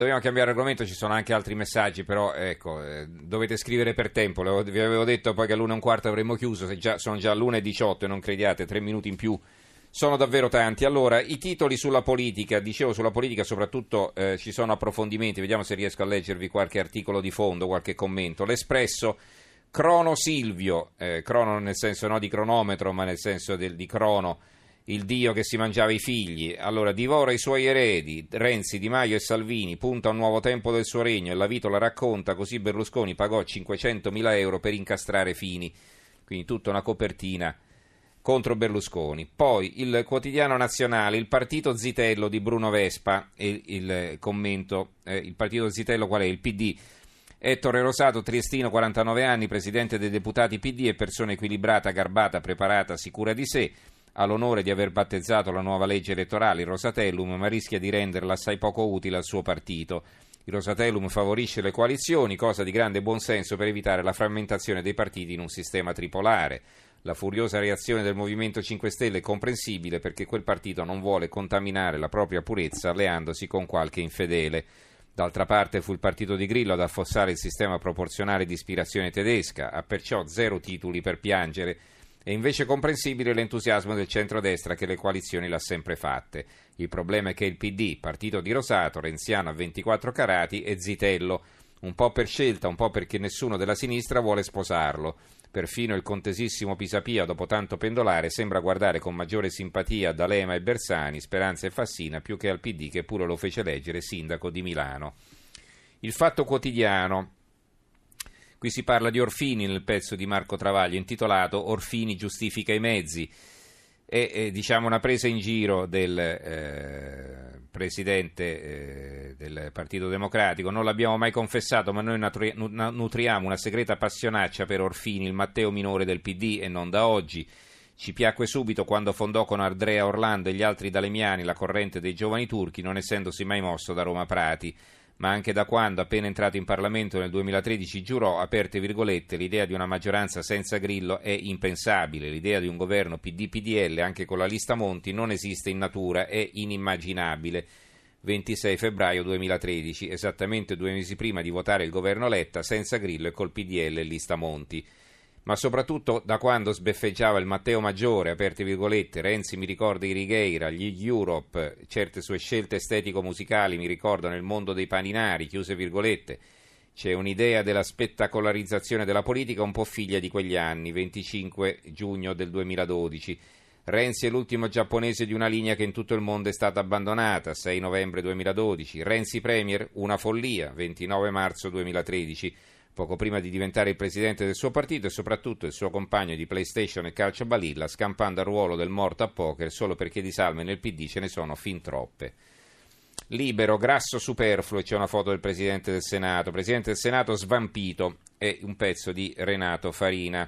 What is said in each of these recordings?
Dobbiamo cambiare argomento, ci sono anche altri messaggi, però ecco, dovete scrivere per tempo. Vi avevo detto poi che all'1:15 avremmo chiuso, sono già l'1:18 e non crediate, 3 minuti in più sono davvero tanti. Allora, i titoli sulla politica, dicevo sulla politica soprattutto ci sono approfondimenti, vediamo se riesco a leggervi qualche articolo di fondo, qualche commento. L'Espresso, Crono Silvio, crono nel senso no di cronometro, ma nel senso di crono, il dio che si mangiava i figli. Allora, divora i suoi eredi, Renzi, Di Maio e Salvini, punta a un nuovo tempo del suo regno e la Vito la racconta, così Berlusconi pagò 500.000 euro per incastrare Fini, quindi tutta una copertina contro Berlusconi. Poi il Quotidiano Nazionale, il partito Zitello di Bruno Vespa, e il commento, il partito Zitello qual è? Il PD. Ettore Rosato, triestino, 49 anni, presidente dei deputati PD e persona equilibrata, garbata, preparata, sicura di sé. Ha l'onore di aver battezzato la nuova legge elettorale, il Rosatellum, ma rischia di renderla assai poco utile al suo partito. Il Rosatellum favorisce le coalizioni, cosa di grande buonsenso per evitare la frammentazione dei partiti in un sistema tripolare. La furiosa reazione del Movimento 5 Stelle è comprensibile perché quel partito non vuole contaminare la propria purezza alleandosi con qualche infedele. D'altra parte fu il partito di Grillo ad affossare il sistema proporzionale di ispirazione tedesca, ha perciò 0 titoli per piangere. È invece comprensibile l'entusiasmo del centrodestra che le coalizioni l'ha sempre fatte. Il problema è che il PD, partito di Rosato, renziano a 24 carati, è Zitello, un po' per scelta, un po' perché nessuno della sinistra vuole sposarlo. Perfino il contesissimo Pisapia, dopo tanto pendolare, sembra guardare con maggiore simpatia a D'Alema e Bersani, Speranza e Fassina, più che al PD che pure lo fece eleggere sindaco di Milano. Il Fatto Quotidiano. Qui si parla di Orfini nel pezzo di Marco Travaglio intitolato Orfini giustifica i mezzi. È diciamo una presa in giro del presidente del Partito Democratico. Non l'abbiamo mai confessato, ma noi nutriamo una segreta passionaccia per Orfini, il Matteo minore del PD, e non da oggi. Ci piacque subito quando fondò con Andrea Orlando e gli altri dalemiani la corrente dei giovani turchi, non essendosi mai mosso da Roma Prati. Ma anche da quando, appena entrato in Parlamento nel 2013, giurò, aperte virgolette, l'idea di una maggioranza senza Grillo è impensabile, l'idea di un governo PD-PDL anche con la lista Monti non esiste in natura, è inimmaginabile. 26 febbraio 2013, esattamente 2 mesi prima di votare il governo Letta, senza Grillo e col PDL e lista Monti. Ma soprattutto da quando sbeffeggiava il Matteo Maggiore, aperte virgolette, Renzi mi ricorda i Righeira, gli Europe, certe sue scelte estetico-musicali mi ricordano il mondo dei paninari, chiuse virgolette. C'è un'idea della spettacolarizzazione della politica un po' figlia di quegli anni, 25 giugno del 2012. Renzi è l'ultimo giapponese di una linea che in tutto il mondo è stata abbandonata, 6 novembre 2012. Renzi Premier, una follia, 29 marzo 2013. Poco prima di diventare il presidente del suo partito e soprattutto il suo compagno di PlayStation e calcio balilla, scampando al ruolo del morto a poker solo perché di salme nel PD ce ne sono fin troppe. Libero, grasso superfluo, e c'è una foto del Presidente del Senato svampito, e un pezzo di Renato Farina.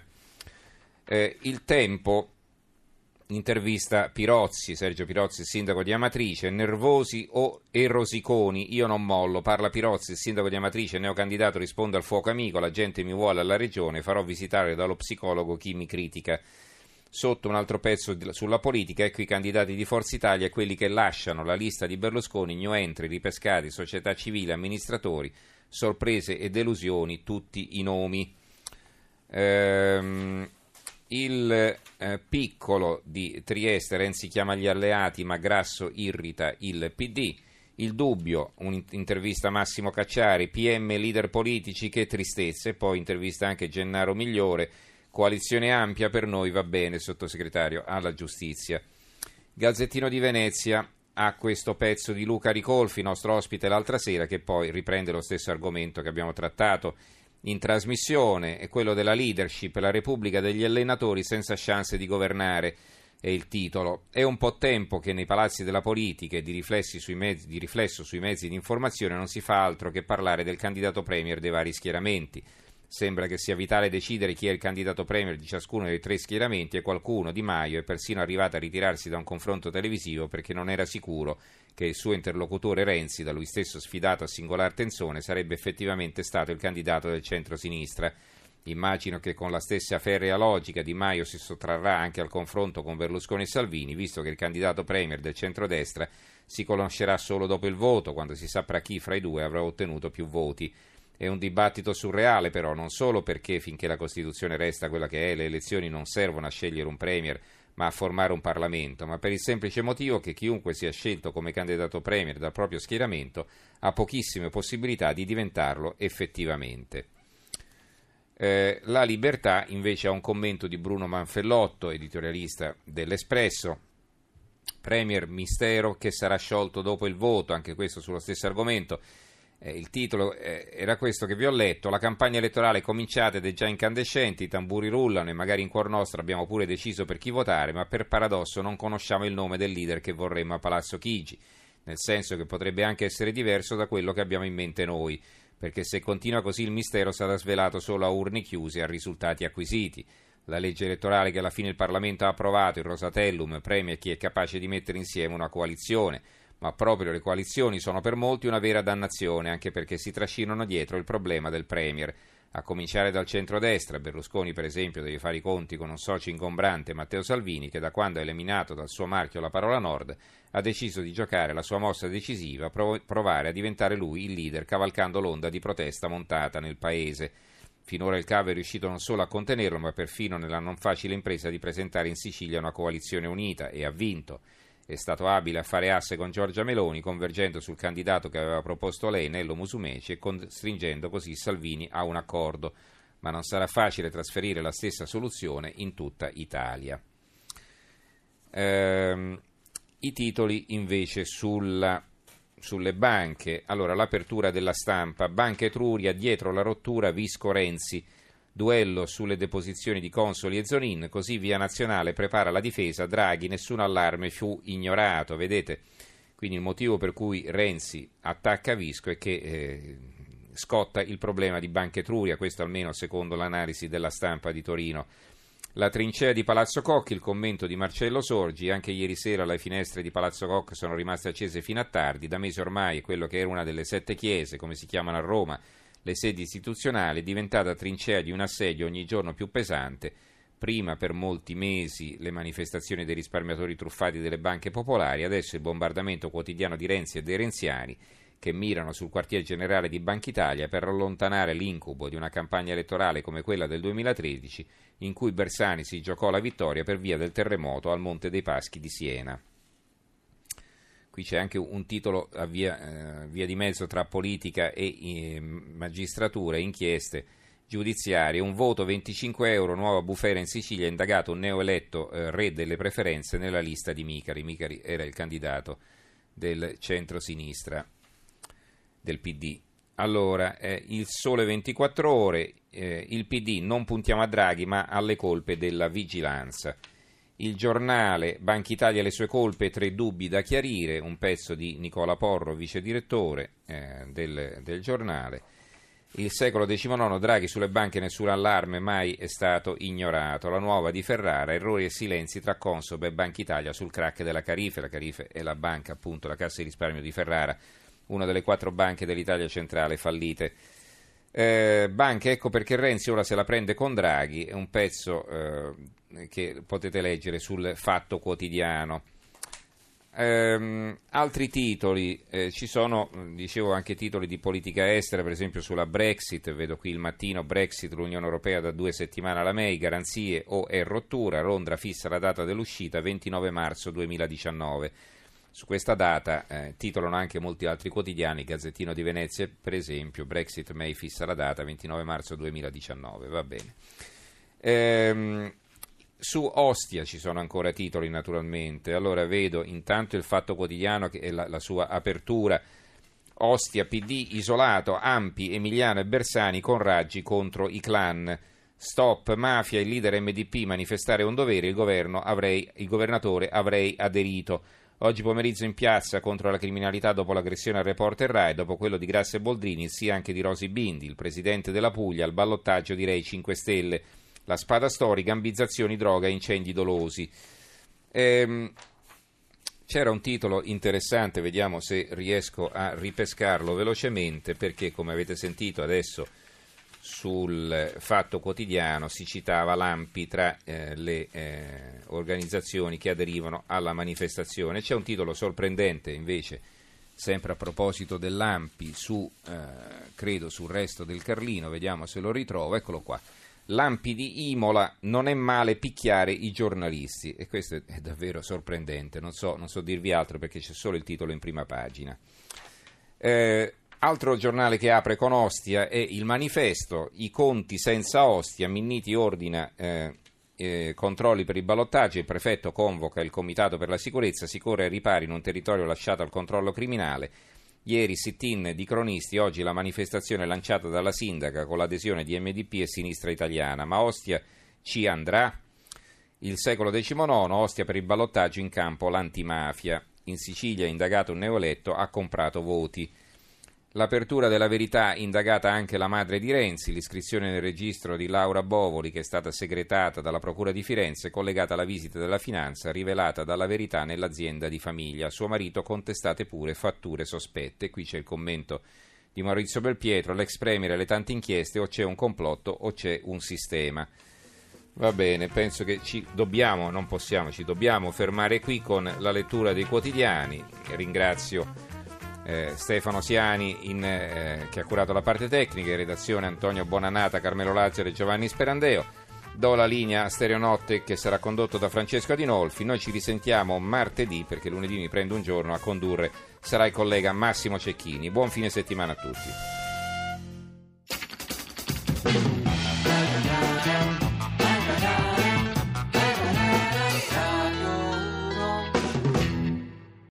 Il Tempo intervista Pirozzi, Sergio Pirozzi, il sindaco di Amatrice, nervosi e rosiconi, io non mollo, parla Pirozzi, il sindaco di Amatrice, neocandidato, risponde al fuoco amico, la gente mi vuole alla regione, farò visitare dallo psicologo chi mi critica. Sotto un altro pezzo sulla politica, ecco i candidati di Forza Italia e quelli che lasciano la lista di Berlusconi, new entry, ripescati, società civile, amministratori, sorprese e delusioni, tutti i nomi. Il Piccolo di Trieste, Renzi chiama gli alleati ma Grasso irrita il PD. Il Dubbio, un'intervista a Massimo Cacciari, PM leader politici, che tristezza, e poi intervista anche Gennaro Migliore, coalizione ampia per noi va bene, sottosegretario alla giustizia. Gazzettino di Venezia ha questo pezzo di Luca Ricolfi, nostro ospite l'altra sera, che poi riprende lo stesso argomento che abbiamo trattato in trasmissione, è quello della leadership, la Repubblica degli allenatori senza chance di governare, è il titolo. È un po' tempo che nei palazzi della politica e di riflesso sui mezzi di informazione non si fa altro che parlare del candidato premier dei vari schieramenti. Sembra che sia vitale decidere chi è il candidato premier di ciascuno dei 3 schieramenti e qualcuno, Di Maio, è persino arrivato a ritirarsi da un confronto televisivo perché non era sicuro che il suo interlocutore Renzi, da lui stesso sfidato a singolar tensione, sarebbe effettivamente stato il candidato del centro-sinistra. Immagino che con la stessa ferrea logica Di Maio si sottrarrà anche al confronto con Berlusconi e Salvini, visto che il candidato premier del centrodestra si conoscerà solo dopo il voto, quando si saprà chi fra i due avrà ottenuto più voti. È un dibattito surreale però, non solo perché finché la Costituzione resta quella che è, le elezioni non servono a scegliere un premier, ma a formare un Parlamento, ma per il semplice motivo che chiunque sia scelto come candidato premier dal proprio schieramento ha pochissime possibilità di diventarlo effettivamente. La Libertà invece ha un commento di Bruno Manfellotto, editorialista dell'Espresso. Premier mistero che sarà sciolto dopo il voto, anche questo sullo stesso argomento. Il titolo era questo che vi ho letto: la campagna elettorale è cominciata ed è già incandescente, i tamburi rullano e magari in cuor nostro abbiamo pure deciso per chi votare, ma per paradosso non conosciamo il nome del leader che vorremmo a Palazzo Chigi, nel senso che potrebbe anche essere diverso da quello che abbiamo in mente noi, perché se continua così il mistero sarà svelato solo a urne chiuse e a risultati acquisiti. La legge elettorale che alla fine il Parlamento ha approvato, il Rosatellum, premia chi è capace di mettere insieme una coalizione, ma proprio le coalizioni sono per molti una vera dannazione, anche perché si trascinano dietro il problema del premier. A cominciare dal centrodestra, Berlusconi per esempio deve fare i conti con un socio ingombrante, Matteo Salvini, che da quando ha eliminato dal suo marchio la parola Nord ha deciso di giocare la sua mossa decisiva, provare a diventare lui il leader, cavalcando l'onda di protesta montata nel paese. Finora il cavo è riuscito non solo a contenerlo, ma perfino nella non facile impresa di presentare in Sicilia una coalizione unita, e ha vinto. È stato abile a fare asse con Giorgia Meloni, convergendo sul candidato che aveva proposto lei, Nello Musumeci, e costringendo così Salvini a un accordo. Ma non sarà facile trasferire la stessa soluzione in tutta Italia. I titoli invece sulle banche. Allora, l'apertura della Stampa: Banca Etruria, dietro la rottura Visco-Renzi, duello sulle deposizioni di Consoli e Zonin, così Via Nazionale prepara la difesa, Draghi, nessun allarme fu ignorato. Vedete, quindi il motivo per cui Renzi attacca Visco è che scotta il problema di Banca Etruria, questo almeno secondo l'analisi della Stampa di Torino. La trincea di Palazzo Koch, il commento di Marcello Sorgi: anche ieri sera le finestre di Palazzo Koch sono rimaste accese fino a tardi, da mesi ormai quello che era una delle 7 chiese, come si chiamano a Roma, le sedi istituzionali, è diventata trincea di un assedio ogni giorno più pesante. Prima per molti mesi le manifestazioni dei risparmiatori truffati delle banche popolari, adesso il bombardamento quotidiano di Renzi e dei renziani, che mirano sul quartier generale di Banca Italia per allontanare l'incubo di una campagna elettorale come quella del 2013, in cui Bersani si giocò la vittoria per via del terremoto al Monte dei Paschi di Siena. Qui c'è anche un titolo a via di mezzo tra politica e magistratura, inchieste giudiziarie: un voto 25 euro, nuova bufera in Sicilia, indagato un neoeletto re delle preferenze nella lista di Micari. Micari era il candidato del centro-sinistra del PD. Allora, il Sole 24 Ore, il PD, non puntiamo a Draghi ma alle colpe della vigilanza. Il Giornale, Banca Italia e le sue colpe, 3 dubbi da chiarire, un pezzo di Nicola Porro, vice direttore del Giornale. Il Secolo XIX, Draghi sulle banche nessun allarme mai è stato ignorato. La Nuova di Ferrara, errori e silenzi tra Consob e Banca Italia sul crack della Carife. La Carife è la banca, appunto, la Cassa di risparmio di Ferrara, una delle 4 banche dell'Italia centrale fallite. Banche, ecco perché Renzi ora se la prende con Draghi, è un pezzo che potete leggere sul Fatto Quotidiano. Altri titoli, ci sono, dicevo, anche titoli di politica estera, per esempio sulla Brexit. Vedo qui Il Mattino: Brexit, l'Unione Europea da 2 settimane alla May, garanzie o è rottura, Londra fissa la data dell'uscita 29 marzo 2019. Su questa data titolano anche molti altri quotidiani, il Gazzettino di Venezia per esempio: Brexit, May fissa la data 29 marzo 2019, va bene. Su Ostia ci sono ancora titoli, naturalmente. Allora vedo intanto il Fatto Quotidiano, che è la sua apertura: Ostia, PD isolato, Ampi, Emiliano e Bersani con Raggi contro i clan. Stop mafia, il leader MDP, manifestare è un dovere, il governatore avrei aderito. Oggi pomeriggio in piazza contro la criminalità dopo l'aggressione al reporter Rai, dopo quello di Grasso e Boldrini, il sì anche di Rosi Bindi, il presidente della Puglia, al ballottaggio direi 5 Stelle, la spada storica, gambizzazioni, droga, incendi dolosi. C'era un titolo interessante, vediamo se riesco a ripescarlo velocemente, perché come avete sentito adesso sul Fatto Quotidiano si citava l'ANPI tra le organizzazioni che aderivano alla manifestazione. C'è un titolo sorprendente invece, sempre a proposito dell'ANPI, credo sul Resto del Carlino, vediamo se lo ritrovo, eccolo qua. L'ANPI di Imola: non è male picchiare i giornalisti, e questo è davvero sorprendente, non so dirvi altro perché c'è solo il titolo in prima pagina. Altro giornale che apre con Ostia è Il Manifesto: i conti senza Ostia, Minniti ordina controlli per i ballottaggi, il prefetto convoca il comitato per la sicurezza, si corre ai ripari in un territorio lasciato al controllo criminale. Ieri sit-in di cronisti, oggi la manifestazione lanciata dalla sindaca con l'adesione di MDP e Sinistra Italiana. Ma Ostia ci andrà? Il Secolo XIX, Ostia per il ballottaggio, in campo l'antimafia. In Sicilia, indagato un neoeletto, ha comprato voti. L'apertura della Verità: indagata anche la madre di Renzi, l'iscrizione nel registro di Laura Bovoli, che è stata segretata dalla Procura di Firenze, collegata alla visita della Finanza, rivelata dalla Verità nell'azienda di famiglia. A suo marito contestate pure fatture sospette. Qui c'è il commento di Maurizio Belpietro: l'ex premier e le tante inchieste, o c'è un complotto o c'è un sistema. Va bene, penso che ci dobbiamo fermare qui con la lettura dei quotidiani. Ringrazio Stefano Siani che ha curato la parte tecnica, in redazione Antonio Bonanata, Carmelo Lazzaro e Giovanni Sperandeo. Do la linea a Stereonotte, che sarà condotto da Francesco Adinolfi. Noi ci risentiamo martedì, perché lunedì mi prendo un giorno, a condurre sarà il collega Massimo Cecchini. Buon fine settimana a tutti.